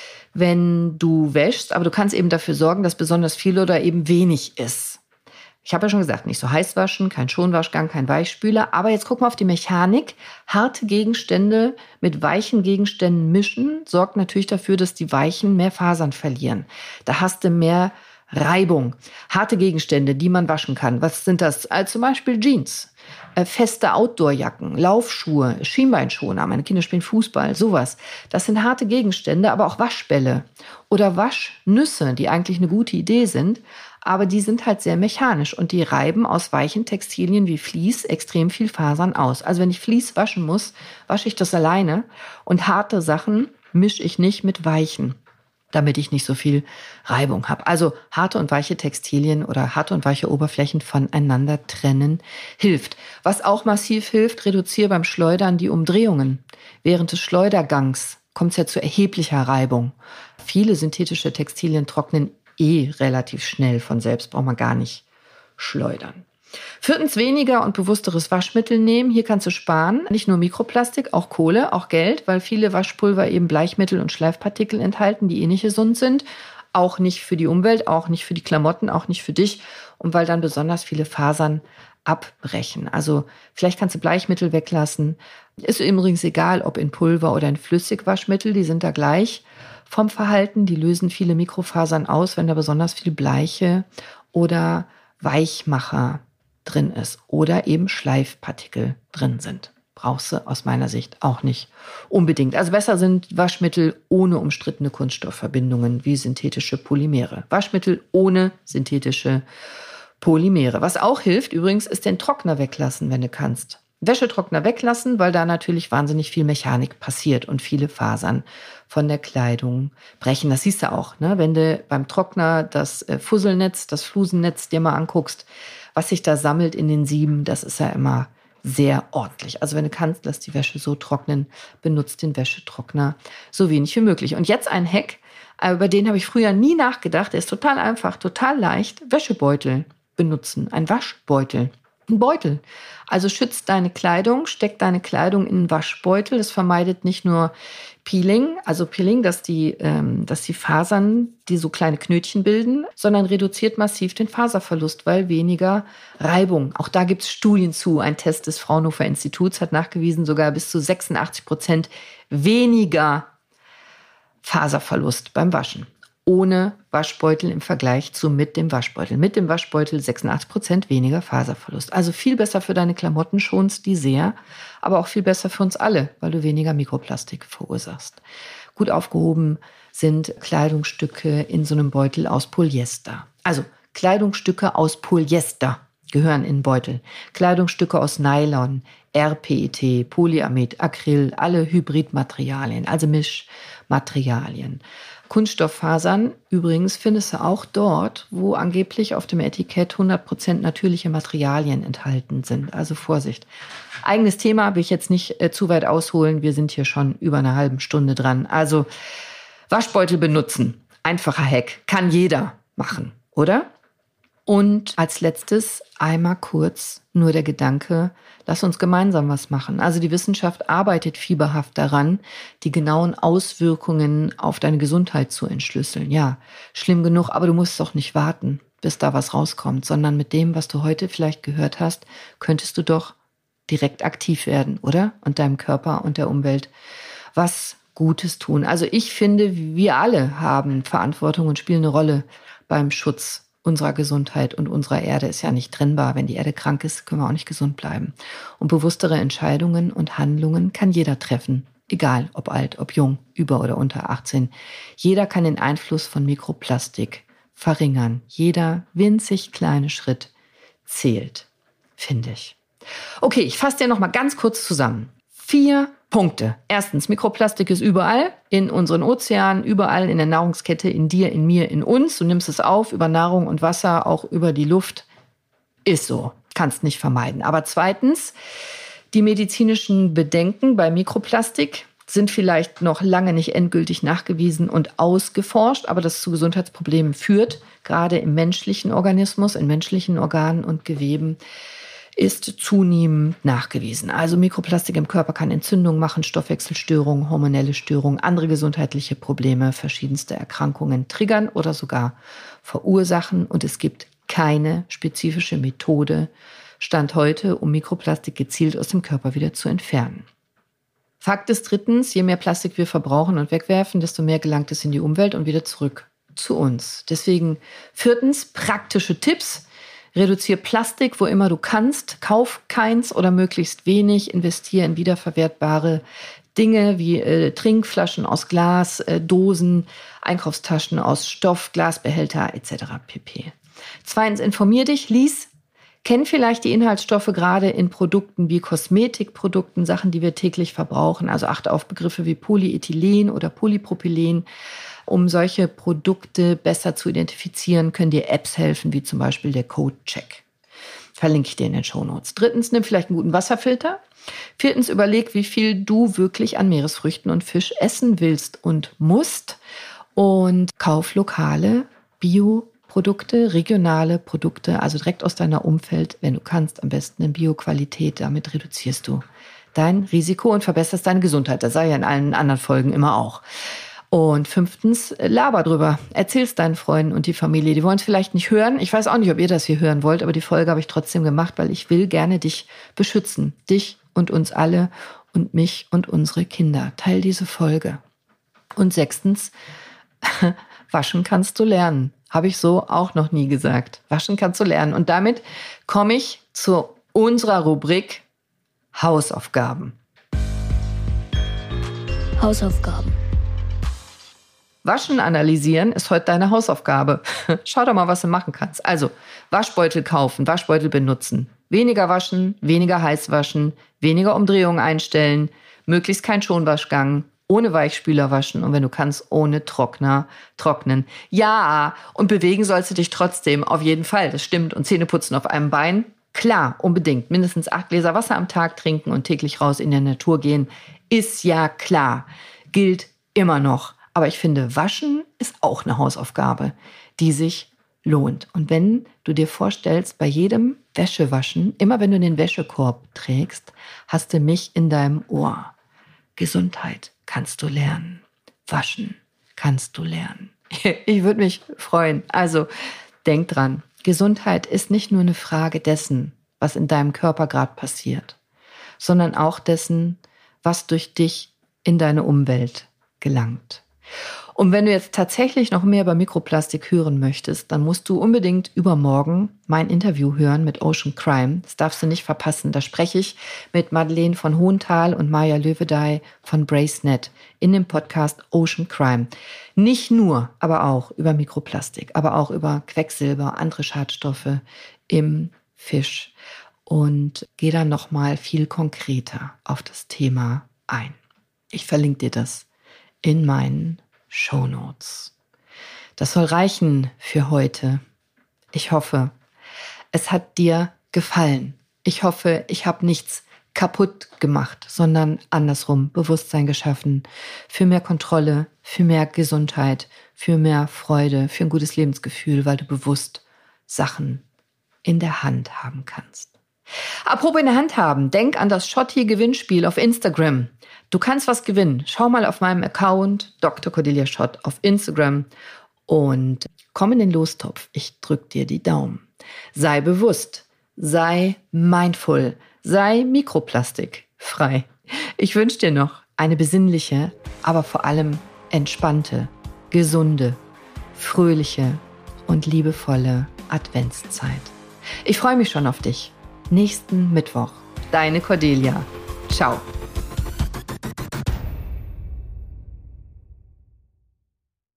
wenn du wäschst, aber du kannst eben dafür sorgen, dass besonders viel oder eben wenig ist. Ich habe ja schon gesagt, nicht so heiß waschen, kein Schonwaschgang, kein Weichspüler. Aber jetzt guck mal auf die Mechanik. Harte Gegenstände mit weichen Gegenständen mischen sorgt natürlich dafür, dass die Weichen mehr Fasern verlieren. Da hast du mehr Reibung. Harte Gegenstände, die man waschen kann. Was sind das? Also zum Beispiel Jeans, äh, feste Outdoorjacken, Laufschuhe, Schienbeinschoner. Meine Kinder spielen Fußball, sowas. Das sind harte Gegenstände, aber auch Waschbälle oder Waschnüsse, die eigentlich eine gute Idee sind. Aber die sind halt sehr mechanisch und die reiben aus weichen Textilien wie Vlies extrem viel Fasern aus. Also wenn ich Vlies waschen muss, wasche ich das alleine und harte Sachen mische ich nicht mit weichen, damit ich nicht so viel Reibung habe. Also harte und weiche Textilien oder harte und weiche Oberflächen voneinander trennen hilft. Was auch massiv hilft, reduziere beim Schleudern die Umdrehungen. Während des Schleudergangs kommt es ja zu erheblicher Reibung. Viele synthetische Textilien trocknen eh relativ schnell von selbst, braucht man gar nicht schleudern. Viertens, weniger und bewussteres Waschmittel nehmen. Hier kannst du sparen. Nicht nur Mikroplastik, auch Kohle, auch Geld, weil viele Waschpulver eben Bleichmittel und Schleifpartikel enthalten, die eh nicht gesund sind. Auch nicht für die Umwelt, auch nicht für die Klamotten, auch nicht für dich. Und weil dann besonders viele Fasern abbrechen. Also vielleicht kannst du Bleichmittel weglassen. Ist übrigens egal, ob in Pulver oder in Flüssigwaschmittel, die sind da gleich vom Verhalten. Die lösen viele Mikrofasern aus, wenn da besonders viel Bleiche oder Weichmacher drin ist oder eben Schleifpartikel drin sind. Brauchst du aus meiner Sicht auch nicht unbedingt. Also besser sind Waschmittel ohne umstrittene Kunststoffverbindungen wie synthetische Polymere. Waschmittel ohne synthetische Polymere. Was auch hilft übrigens, ist den Trockner weglassen, wenn du kannst. Wäschetrockner weglassen, weil da natürlich wahnsinnig viel Mechanik passiert und viele Fasern von der Kleidung brechen. Das siehst du auch, ne? Wenn du beim Trockner das Fusselnetz, das Flusennetz dir mal anguckst, was sich da sammelt in den Sieben, das ist ja immer sehr ordentlich. Also wenn du kannst, lass die Wäsche so trocknen, benutzt den Wäschetrockner so wenig wie möglich. Und jetzt ein Hack, über den habe ich früher nie nachgedacht, der ist total einfach, total leicht. Wäschebeutel benutzen, ein Waschbeutel. Ein Beutel. Also schützt deine Kleidung, steckt deine Kleidung in einen Waschbeutel. Das vermeidet nicht nur Peeling, also Peeling, dass die, ähm, dass die Fasern, die so kleine Knötchen bilden, sondern reduziert massiv den Faserverlust, weil weniger Reibung. Auch da gibt es Studien zu. Ein Test des Fraunhofer Instituts hat nachgewiesen, sogar bis zu sechsundachtzig Prozent weniger Faserverlust beim Waschen. Ohne Waschbeutel im Vergleich zu mit dem Waschbeutel. Mit dem Waschbeutel sechsundachtzig Prozent weniger Faserverlust. Also viel besser für deine Klamotten, schonst die sehr, aber auch viel besser für uns alle, weil du weniger Mikroplastik verursachst. Gut aufgehoben sind Kleidungsstücke in so einem Beutel aus Polyester. Also Kleidungsstücke aus Polyester gehören in den Beutel. Kleidungsstücke aus Nylon, R P E T, Polyamid, Acryl, alle Hybridmaterialien, also Mischmaterialien. Kunststofffasern übrigens findest du auch dort, wo angeblich auf dem Etikett hundert Prozent natürliche Materialien enthalten sind. Also Vorsicht. Eigenes Thema, will ich jetzt nicht äh, zu weit ausholen. Wir sind hier schon über eine halbe Stunde dran. Also Waschbeutel benutzen. Einfacher Hack. Kann jeder machen, oder? Und als letztes einmal kurz nur der Gedanke, lass uns gemeinsam was machen. Also die Wissenschaft arbeitet fieberhaft daran, die genauen Auswirkungen auf deine Gesundheit zu entschlüsseln. Ja, schlimm genug, aber du musst doch nicht warten, bis da was rauskommt, sondern mit dem, was du heute vielleicht gehört hast, könntest du doch direkt aktiv werden, oder? Und deinem Körper und der Umwelt was Gutes tun. Also ich finde, wir alle haben Verantwortung und spielen eine Rolle beim Schutz unserer Gesundheit und unserer Erde. Ist ja nicht trennbar. Wenn die Erde krank ist, können wir auch nicht gesund bleiben. Und bewusstere Entscheidungen und Handlungen kann jeder treffen. Egal, ob alt, ob jung, über oder unter achtzehn. Jeder kann den Einfluss von Mikroplastik verringern. Jeder winzig kleine Schritt zählt, finde ich. Okay, ich fasse dir noch mal ganz kurz zusammen. Vier Punkte. Erstens, Mikroplastik ist überall, in unseren Ozeanen, überall in der Nahrungskette, in dir, in mir, in uns. Du nimmst es auf über Nahrung und Wasser, auch über die Luft. Ist so, kannst nicht vermeiden. Aber zweitens, die medizinischen Bedenken bei Mikroplastik sind vielleicht noch lange nicht endgültig nachgewiesen und ausgeforscht, aber das zu Gesundheitsproblemen führt, gerade im menschlichen Organismus, in menschlichen Organen und Geweben, ist zunehmend nachgewiesen. Also Mikroplastik im Körper kann Entzündungen machen, Stoffwechselstörungen, hormonelle Störungen, andere gesundheitliche Probleme, verschiedenste Erkrankungen triggern oder sogar verursachen. Und es gibt keine spezifische Methode, Stand heute, um Mikroplastik gezielt aus dem Körper wieder zu entfernen. Fakt ist drittens, je mehr Plastik wir verbrauchen und wegwerfen, desto mehr gelangt es in die Umwelt und wieder zurück zu uns. Deswegen viertens, praktische Tipps. Reduziere Plastik, wo immer du kannst. Kauf keins oder möglichst wenig. Investiere in wiederverwertbare Dinge wie äh, Trinkflaschen aus Glas, äh, Dosen, Einkaufstaschen aus Stoff, Glasbehälter et cetera pp. Zweitens, informier dich, lies. Kenn vielleicht die Inhaltsstoffe gerade in Produkten wie Kosmetikprodukten, Sachen, die wir täglich verbrauchen. Also achte auf Begriffe wie Polyethylen oder Polypropylen. Um solche Produkte besser zu identifizieren, können dir Apps helfen, wie zum Beispiel der Code-Check. Verlinke ich dir in den Shownotes. Drittens, nimm vielleicht einen guten Wasserfilter. Viertens, überleg, wie viel du wirklich an Meeresfrüchten und Fisch essen willst und musst. Und kauf lokale Bioprodukte, regionale Produkte, also direkt aus deiner Umfeld, wenn du kannst, am besten in Bioqualität. Damit reduzierst du dein Risiko und verbesserst deine Gesundheit. Das sei ja in allen anderen Folgen immer auch. Und fünftens, laber drüber. Erzähl's deinen Freunden und die Familie. Die wollen es vielleicht nicht hören. Ich weiß auch nicht, ob ihr das hier hören wollt, aber die Folge habe ich trotzdem gemacht, weil ich will gerne dich beschützen. Dich und uns alle und mich und unsere Kinder. Teil diese Folge. Und sechstens, waschen kannst du lernen. Habe ich so auch noch nie gesagt. Waschen kannst du lernen. Und damit komme ich zu unserer Rubrik Hausaufgaben. Hausaufgaben. Waschen analysieren ist heute deine Hausaufgabe. Schau doch mal, was du machen kannst. Also Waschbeutel kaufen, Waschbeutel benutzen. Weniger waschen, weniger heiß waschen, weniger Umdrehungen einstellen, möglichst kein Schonwaschgang, ohne Weichspüler waschen und wenn du kannst, ohne Trockner trocknen. Ja, und bewegen sollst du dich trotzdem, auf jeden Fall, das stimmt. Und Zähne putzen auf einem Bein, klar, unbedingt. Mindestens acht Gläser Wasser am Tag trinken und täglich raus in der Natur gehen, ist ja klar, gilt immer noch. Aber ich finde, Waschen ist auch eine Hausaufgabe, die sich lohnt. Und wenn du dir vorstellst, bei jedem Wäsche waschen, immer wenn du den Wäschekorb trägst, hast du mich in deinem Ohr. Gesundheit kannst du lernen. Waschen kannst du lernen. Ich würde mich freuen. Also denk dran, Gesundheit ist nicht nur eine Frage dessen, was in deinem Körper gerade passiert, sondern auch dessen, was durch dich in deine Umwelt gelangt. Und wenn du jetzt tatsächlich noch mehr über Mikroplastik hören möchtest, dann musst du unbedingt übermorgen mein Interview hören mit Ocean Crime. Das darfst du nicht verpassen. Da spreche ich mit Madeleine von Hohenthal und Maja Löwedey von BraceNet in dem Podcast Ocean Crime. Nicht nur, aber auch über Mikroplastik, aber auch über Quecksilber, andere Schadstoffe im Fisch und gehe dann nochmal viel konkreter auf das Thema ein. Ich verlinke dir das in meinen Shownotes. Das soll reichen für heute. Ich hoffe, es hat dir gefallen. Ich hoffe, ich habe nichts kaputt gemacht, sondern andersrum Bewusstsein geschaffen für mehr Kontrolle, für mehr Gesundheit, für mehr Freude, für ein gutes Lebensgefühl, weil du bewusst Sachen in der Hand haben kannst. Apropos in der Hand haben, denk an das Schotti-Gewinnspiel auf Instagram. Du kannst was gewinnen. Schau mal auf meinem Account Doktor Cordelia Schott auf Instagram und komm in den Lostopf. Ich drück dir die Daumen. Sei bewusst, sei mindful, sei mikroplastikfrei. Ich wünsche dir noch eine besinnliche, aber vor allem entspannte, gesunde, fröhliche und liebevolle Adventszeit. Ich freue mich schon auf dich. Nächsten Mittwoch. Deine Cordelia. Ciao.